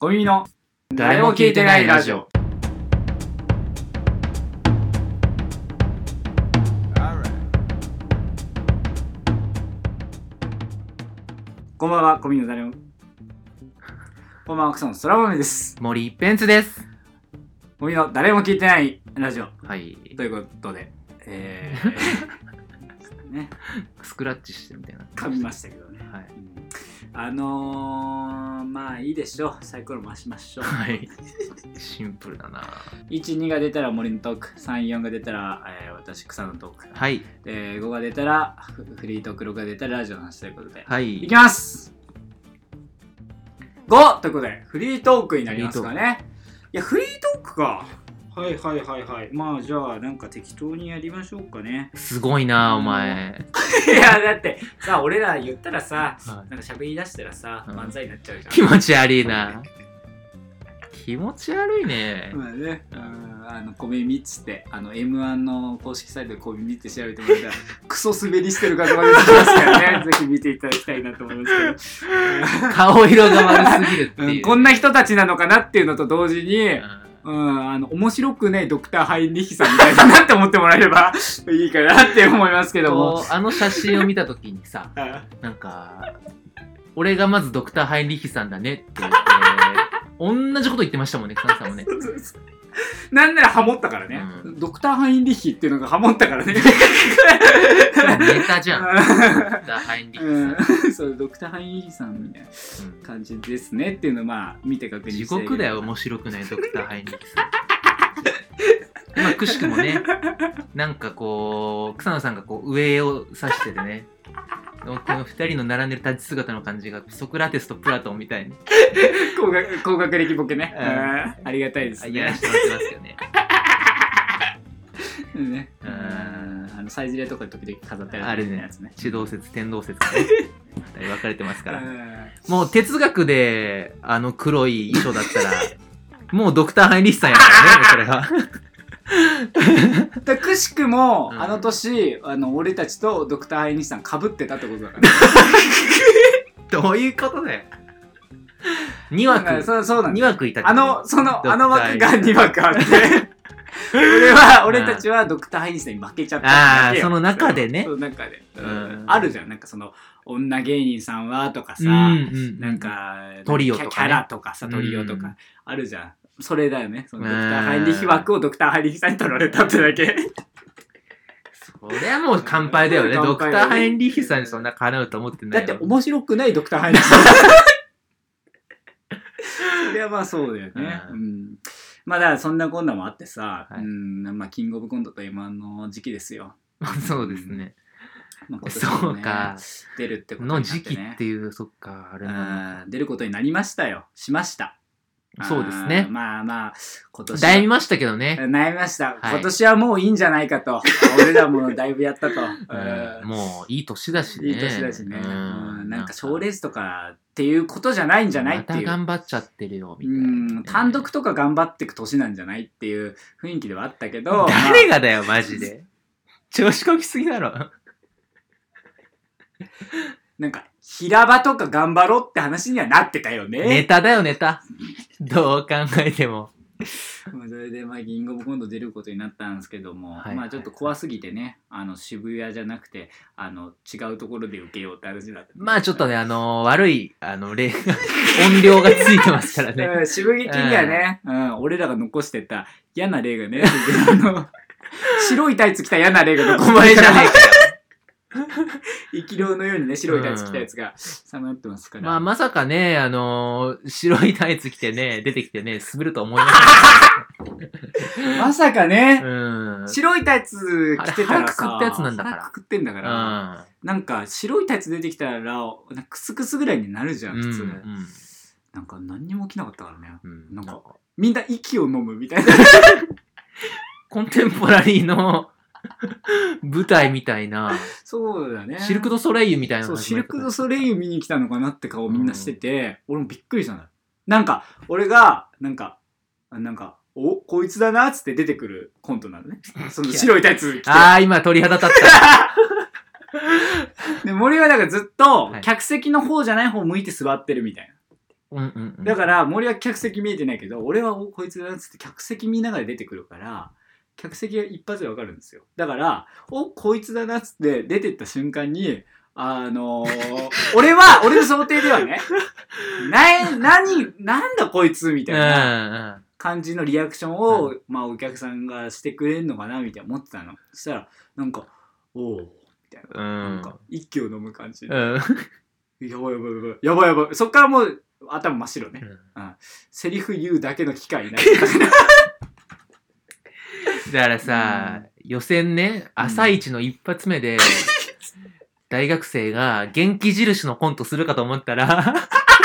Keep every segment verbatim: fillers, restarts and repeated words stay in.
小耳の誰も聞いてないラジオ。こんばんは、小耳の誰も。こんばんは、草野そら豆です。 森ペンツです。 小耳の誰も聞いてないラジオ。 はい。 ということで、えー、ね、 スクラッチしてみたいな。 噛みましたけどね。はい。うん、あのー、まあいいでしょう。サイコロ回しましょう。 はい。シンプルだな。 いち、にが出たら森のトーク、さん、よんが出たら、えー、私草のトーク。 はい。 で、ごが出たらフリートーク、ろくが出たらラジオの話ということで。 はい。 いきます。ごということでフリートークになりますかね。いやフリートークか。はいはいはいはい。まあじゃあなんか適当にやりましょうかね。 すごいなお前。 いやだってさ俺ら言ったらさ、はい、なんか喋り出したらさ、うん、漫才になっちゃうじゃん。 気持ち悪いな。気持ち悪いね。 まあね、うん、あの小耳っつってあの エムワン の公式サイトで小耳って調べてもらったらクソ滑りしてる画像が出てきますからね。ぜひ見ていただきたいなと思いますけど。 顔色が悪すぎるっていう、 うん、こんな人たちなのかなっていうのと同時に。うんうん、あの面白くねドクターハインリヒさんみたいだなって思ってもらえればいいかなって思いますけども、 あの写真を見たときにさなんか俺がまずドクターハインリヒさんだねって言って同じこと言ってましたもんね、草野さんもね。そうそうそう、 なんならハモったからね、うん、ドクターハインリヒっていうのがハモったからね。 ネタじゃん。ドクターハインリヒさん、 うん、そうドクターハインリヒさんみたいな感じですねっていうのをまあ見て確認して。 地獄だよ面白くないドクターハインリヒさん。まあくしくもね、なんかこう草野さんがこう上を指しててね、このふたりの並んでる立ち姿の感じがソクラテスとプラトンみたいに高学、高学歴ボケね、うん、ありがたいですね。 やらせてもらってますけどね。 ね、うん、あのサイズレとか時々飾ってあるやつね。 地動説天動説がね分かれてますから。もう哲学であの黒い衣装だったらもうドクターハインリヒさんやからね、それが。 だくしくも、うん、あの年あの俺たちとドクターハインリヒさん被ってたってことだから、ね、 どういうことだよ。に枠そうそうなんに枠いたってあのそのあの枠がに枠あって俺は俺たちはドクターハインリヒさんに負けちゃったああその中でね、 その中で、うん、あるじゃん、なんかその女芸人さんはとかさ、うんうん、なんかトリオとか、ね、 キャラとかさトリオとかあるじゃん、それだよね。そのドクターハインリヒ枠をドクターハインリヒさんに取られたってだけ。 それはもう乾杯だよね。ドクターハインリヒさんにそんな叶うと思ってないよ。 だって面白くないドクターハインリヒさん。それはまあそうだよね。うん、まあだからそんなこんなもあってさ、はい、うんまあキングオブコントと エムワン の時期ですよ。 そうですね。 まあ今年もね、そうか出るってことになってね。 の時期っていうそっかあれな出ることになりましたよ。しました。 そうですね。 まあまあ今年悩みましたけどね。 悩みました、はい、今年はもういいんじゃないかと。俺らもだいぶやったと、 うん、もういい年だしね。 いい年だしね、うん、なんか賞レースとかっていうことじゃないんじゃないっていう、 また頑張っちゃってるよみたいな、 ね、うん単独とか頑張っていく年なんじゃないっていう雰囲気ではあったけど、 誰がだよマジで調子こきすぎだろ。 なんか平場とか頑張ろうって話にはなってたよね。 ネタだよネタ。どう考えても。 それでまあキングオブコント出ることになったんですけども、はいはいはい、まあちょっと怖すぎてね、あの渋谷じゃなくてあの違うところで受けようって話だった。 まあちょっとねあのー、悪いあの例音量がついてますからね。 うん、渋劇にはね、うん、俺らが残してた嫌な例がね、あの白いタイツ着た嫌な例が残ってたじゃねえかよ。生き量のようにね白いタイツ着たやつがさまよってますから、 まあまさかねあのー、白いタイツ着てね出てきてね滑ると思いますまさかね、 うん、 白いタイツ着てたらさ腹くくったやつなんだから腹くくってんだから、うん、なんか白いタイツ出てきたらクスクスぐらいになるじゃん普通、うんうん、なんか何にも起きなかったからね、うん、なんかみんな息を飲むみたいなコンテンポラリーの舞台みたいな。 そうだね。 シルク・ドゥ・ソレイユみたいな。 そう、シルク・ドゥ・ソレイユ見に来たのかなって顔みんなしてて、うん、俺もびっくりしたんだ。なんか俺がなんかなんかおこいつだなっつって出てくるコントなのね。その白いタイツ着て。 ああ今鳥肌立った。 で森はなんかずっと客席の方じゃない方向いて座ってるみたいな。 うんうんうん、 だから森は客席見えてないけど俺はおこいつだなっつって客席見ながら出てくるから客席が一発で分かるんですよ。だからおこいつだなっつって出てった瞬間にあのー、俺は俺の想定ではねな何なんだこいつみたいな感じのリアクションを、うん、まあお客さんがしてくれるのかなみたいな思ってたの。そしたらなんかおおみたいな、うん、なんか一気を飲む感じで、うん、やばいやばいやばいやばいやばい。そっからもう頭真っ白ね、うんうん、セリフ言うだけの機会になっちゃっただからさ、うん、予選ね朝一の一発目で、うん、大学生が元気印のコントするかと思ったら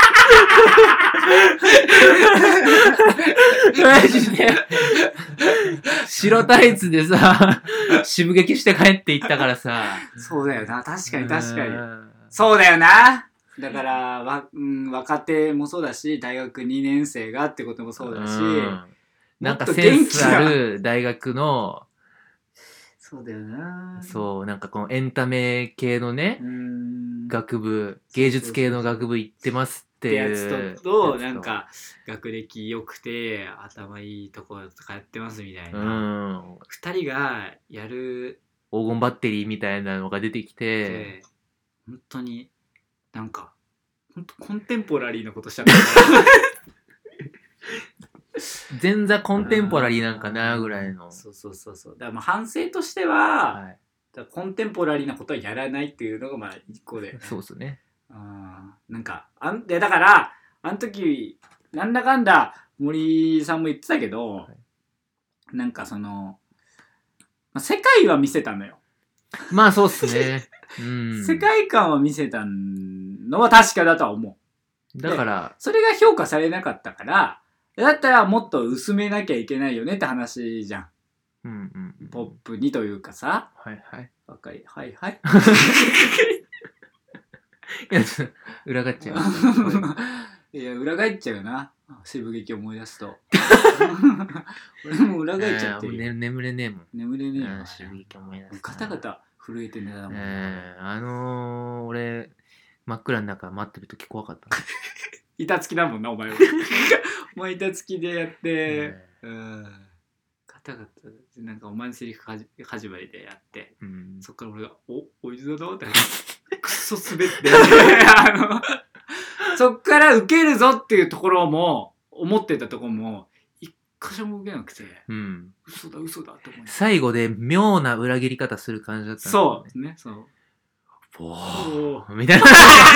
マジで白タイツでさ渋劇して帰っていったからさ。 そうだよな、確かに確かにそうだよな。だからわ、うん、若手もそうだし大学にねん生がってこともそうだし、うん、 なんかセンスある大学のそうだよな。 そうなんかこのエンタメ系のね学部芸術系の学部行ってますっていうやつとなんか学歴良くて頭いいところとかやってますみたいな、うん、ふたりがやる黄金バッテリーみたいなのが出てきて本当になんかほんとコンテンポラリーなことしちゃったから前座コンテンポラリーなんかなぐらいの。 そうそうそうそう。だからまあ反省としては、はい、だコンテンポラリーなことはやらないっていうのがまあ一個で、ね、 そうですね。 あなんかあんでだからあの時なんだかんだ森さんも言ってたけど、はい、なんかその、まあ、世界は見せたのよ。 まあそうっすね。うん、 世界観は見せたのは確かだとは思う。 だからそれが評価されなかったからだったらもっと薄めなきゃいけないよねって話じゃん。うんうんうん、ポップにというかさ。 はいはい。 わかりはいはい。 いやちょっと裏返っちゃう。 いや裏返っちゃうな。渋劇思い出すと。俺も裏返っちゃってる、 ね。眠れねえもん。 眠れねえもん。 渋劇思い出す。 肩々震えて寝たもん。 えー、あのー、俺真っ暗の中待ってる時怖かった。 板付きだもんなお前は。お前板付きでやって、うん、肩がなんかお前のセリフ始まりでやって、うん、そっから俺がおおいつだぞってクソ滑ってあのそっから受けるぞっていうところも思ってたところも一箇所も受けなくて、うん、嘘だ嘘だって思い最後で妙な裏切り方する感じだった、ね、 そうですねそうおーみたいな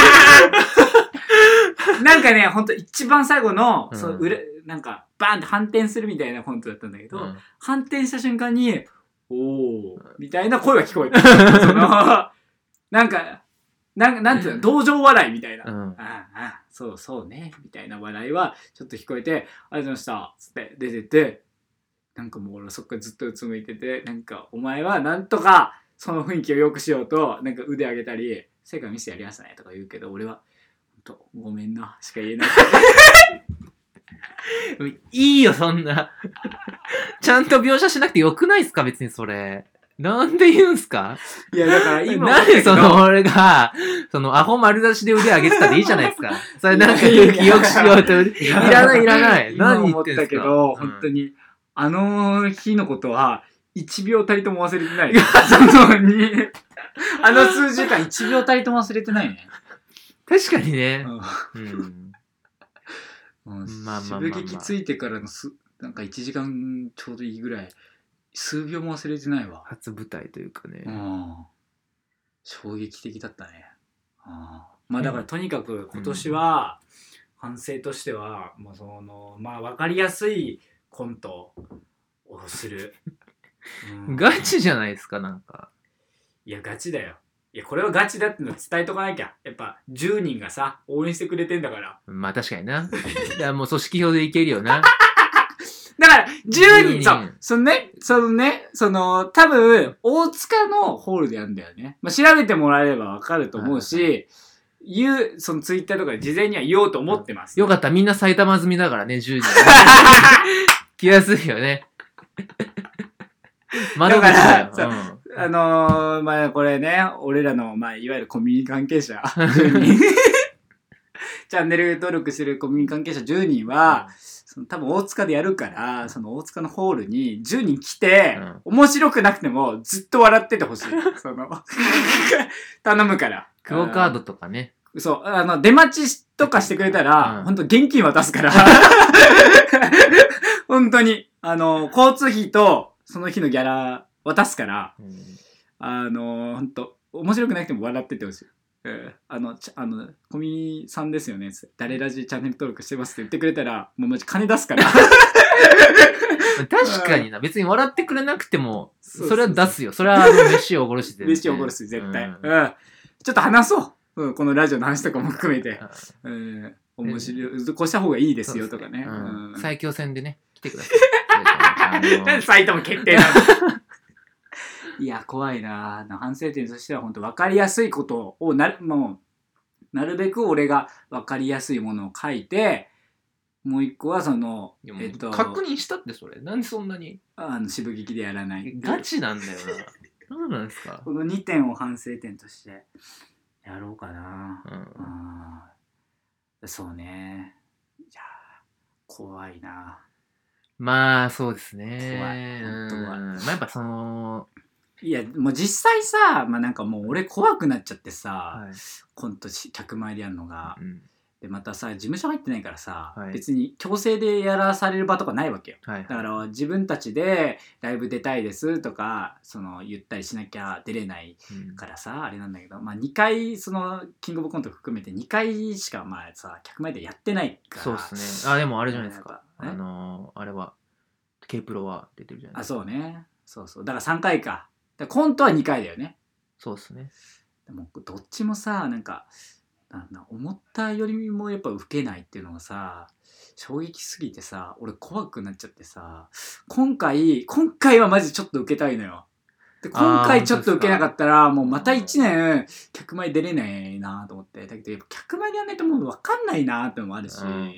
なんかね、ほんと一番最後の、うん、そう裏なんかバーンって反転するみたいなコントだったんだけど、うん、反転した瞬間におーみたいな声が聞こえた。そのなんかなんなんていうの同情笑いみたいな、うん、ああそうそうねみたいな笑いはちょっと聞こえてありがとうございましたつって出ててなんかもう俺そっからずっとうつむいててなんかお前はなんとかその雰囲気を良くしようとなんか腕上げたり成果見せてやりましたねとか言うけど俺はとごめんなしか言えないいいよそんなちゃんと描写しなくてよくないですか別にそれなんで言うんすかいやだから今なんでその俺がそのアホ丸出しで腕上げてたでいいじゃないですかそれなんか空気よくしようといらないいらない何言ってんすか今思ったけど、うん、本当にあの日のことはいちびょうたりとも忘れてないそのにあの数時間いちびょうたりとも忘れてないね確かにね。 うん。うん、まあまあまあ、まあ。渋劇ついてからのすなんかいちじかんちょうどいいぐらい数秒も忘れてないわ。 初舞台というかね。 うん。衝撃的だったね。あまあだからとにかく今年は反省としては、うん、まあそのまあ分かりやすいコントをする。 うん、ガチじゃないですかなんか。 いやガチだよ。いやこれはガチだっての伝えとかなきゃやっぱじゅうにんがさ応援してくれてんだからまあ確かにな。いやもう組織票でいけるよな。 だからじゅうにんそうそのねそのねその多分大塚のホールでやるんだよね、まあ、調べてもらえればわかると思うし言うそのツイッターとかで事前には言おうと思ってます、 ね、よかったみんな埼玉済みだからねじゅうにん来やすいよね。 だからさ、うんあのー、まあこれね俺らの、まあ、いわゆるコミュニ関係者チャンネル登録してるコミュニ関係者じゅうにんは、うん、その多分大塚でやるからその大塚のホールにじゅうにん来て、うん、面白くなくてもずっと笑っててほしいその頼むからクオカードとかねそうあの出待ちとかしてくれたら、うん、本当現金渡すから本当にあの交通費とその日のギャラ渡すから、うん、あの本当面白くなくても笑っててほしい。えー、あのあのコミさんですよね誰ラジチャンネル登録してますって言ってくれたらもうマジ金出すから確かにな別に笑ってくれなくてもそれは出すよ。それはあの飯をおごるしで、ね、 飯をおごるし絶対、うんうん、ちょっと話そう、うん、このラジオの話とかも含めて、うん、面白いこうした方がいいですよとかね、 うんうん、最強戦でね来てください埼玉決定なのいや怖いな。反省点としては本当分かりやすいことをな る, もうなるべく俺が分かりやすいものを書いてもう一個はその、 えっと、確認したってそれなんでそんなにあの渋劇でやらないガチなんだよな何なんですかこのにてんを反省点としてやろうかな、うんうん、そうねいや怖いな。 まあそうですね怖い本当は、 まあやっぱそのいやもう実際さ、まあ、なんかもう俺怖くなっちゃってさ、はい、コント客前でやるのが、うん、でまたさ事務所入ってないからさ、はい、別に強制でやらされる場とかないわけよ、はいはい、だから自分たちでライブ出たいですとかその言ったりしなきゃ出れないからさ、うん、あれなんだけど、まあ、にかいそのキングオブコント含めてにかいしかまあさ客前でやってないからそうですね。あでもあれじゃないですか、あのー、あれは K プロは出てるじゃないですか。 あそうねそうそうだからさんかいかコントはにかいだよね。 そうですね。 でもどっちもさなんかなんだ思ったよりもやっぱウケないっていうのがさ衝撃すぎてさ俺怖くなっちゃってさ今回今回はマジちょっとウケたいのよ。で今回ちょっとウケなかったらもうまたいちねん客前出れないなと思ってだけどやっぱ客前でやんないともう分かんないなってのもあるし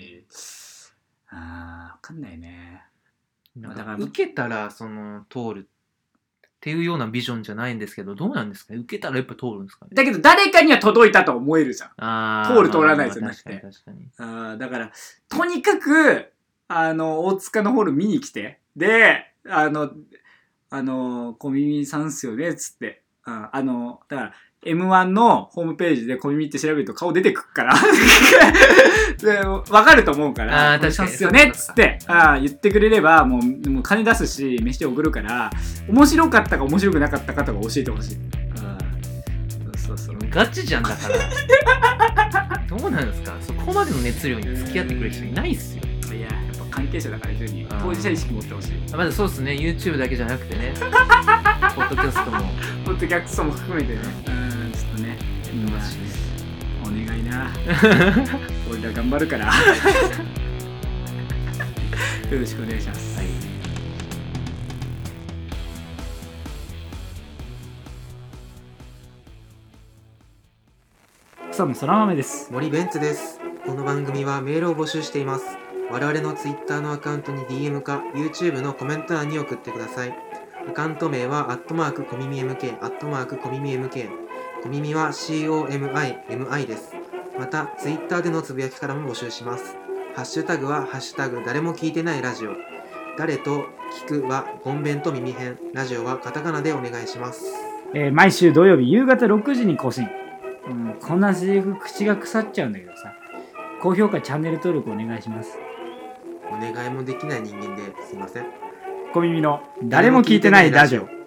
あ分かんないね。 だから受けたらその通るっていうようなビジョンじゃないんですけどどうなんですかね。受けたらやっぱ通るんですかね。 だけど誰かには届いたと思えるじゃん。 あ通る通らないじゃなくて、 まあ、確かに確かにあだからとにかくあの大塚のホール見に来てであのあの小耳さんっすよねっつってああのだから エムワン のホームページで小耳って調べると顔出てくっからで分かると思うからあ確かにっすよねっつってあ言ってくれればもう、もう金出すし飯送るから面白かったか面白くなかったかとか教えてほしい。あそうそうガチじゃんだからどうなんですかそこまでの熱量に付き合ってくれる人いないっすよ。 いややっぱ関係者だから非常に当事者意識持ってほしい。 まずそうですね YouTube だけじゃなくてねポッドキャストもポッドキャストも含めてねうんちょっとねお願いな俺ら頑張るからよろしくお願いします、はい。草野そら豆です。 森ベンツです。この番組はメールを募集しています。我々の Twitter のアカウントに ディーエム か YouTube のコメント欄に送ってください。アカウント名はアットマークコミミ エムケー アットマークコミミ エムケー コミミは シーオーエムアイエムアイ です。また Twitter でのつぶやきからも募集します。ハッシュタグはハッシュタグ誰も聞いてないラジオ。誰と聞くは本弁と耳編、ラジオはカタカナでお願いします。 えー、毎週土曜日夕方ろくじに更新。うん、こんなセリフ口が腐っちゃうんだけどさ、高評価チャンネル登録お願いします。 お願いもできない人間ですいません。 小耳の誰も聞いてないラジオ。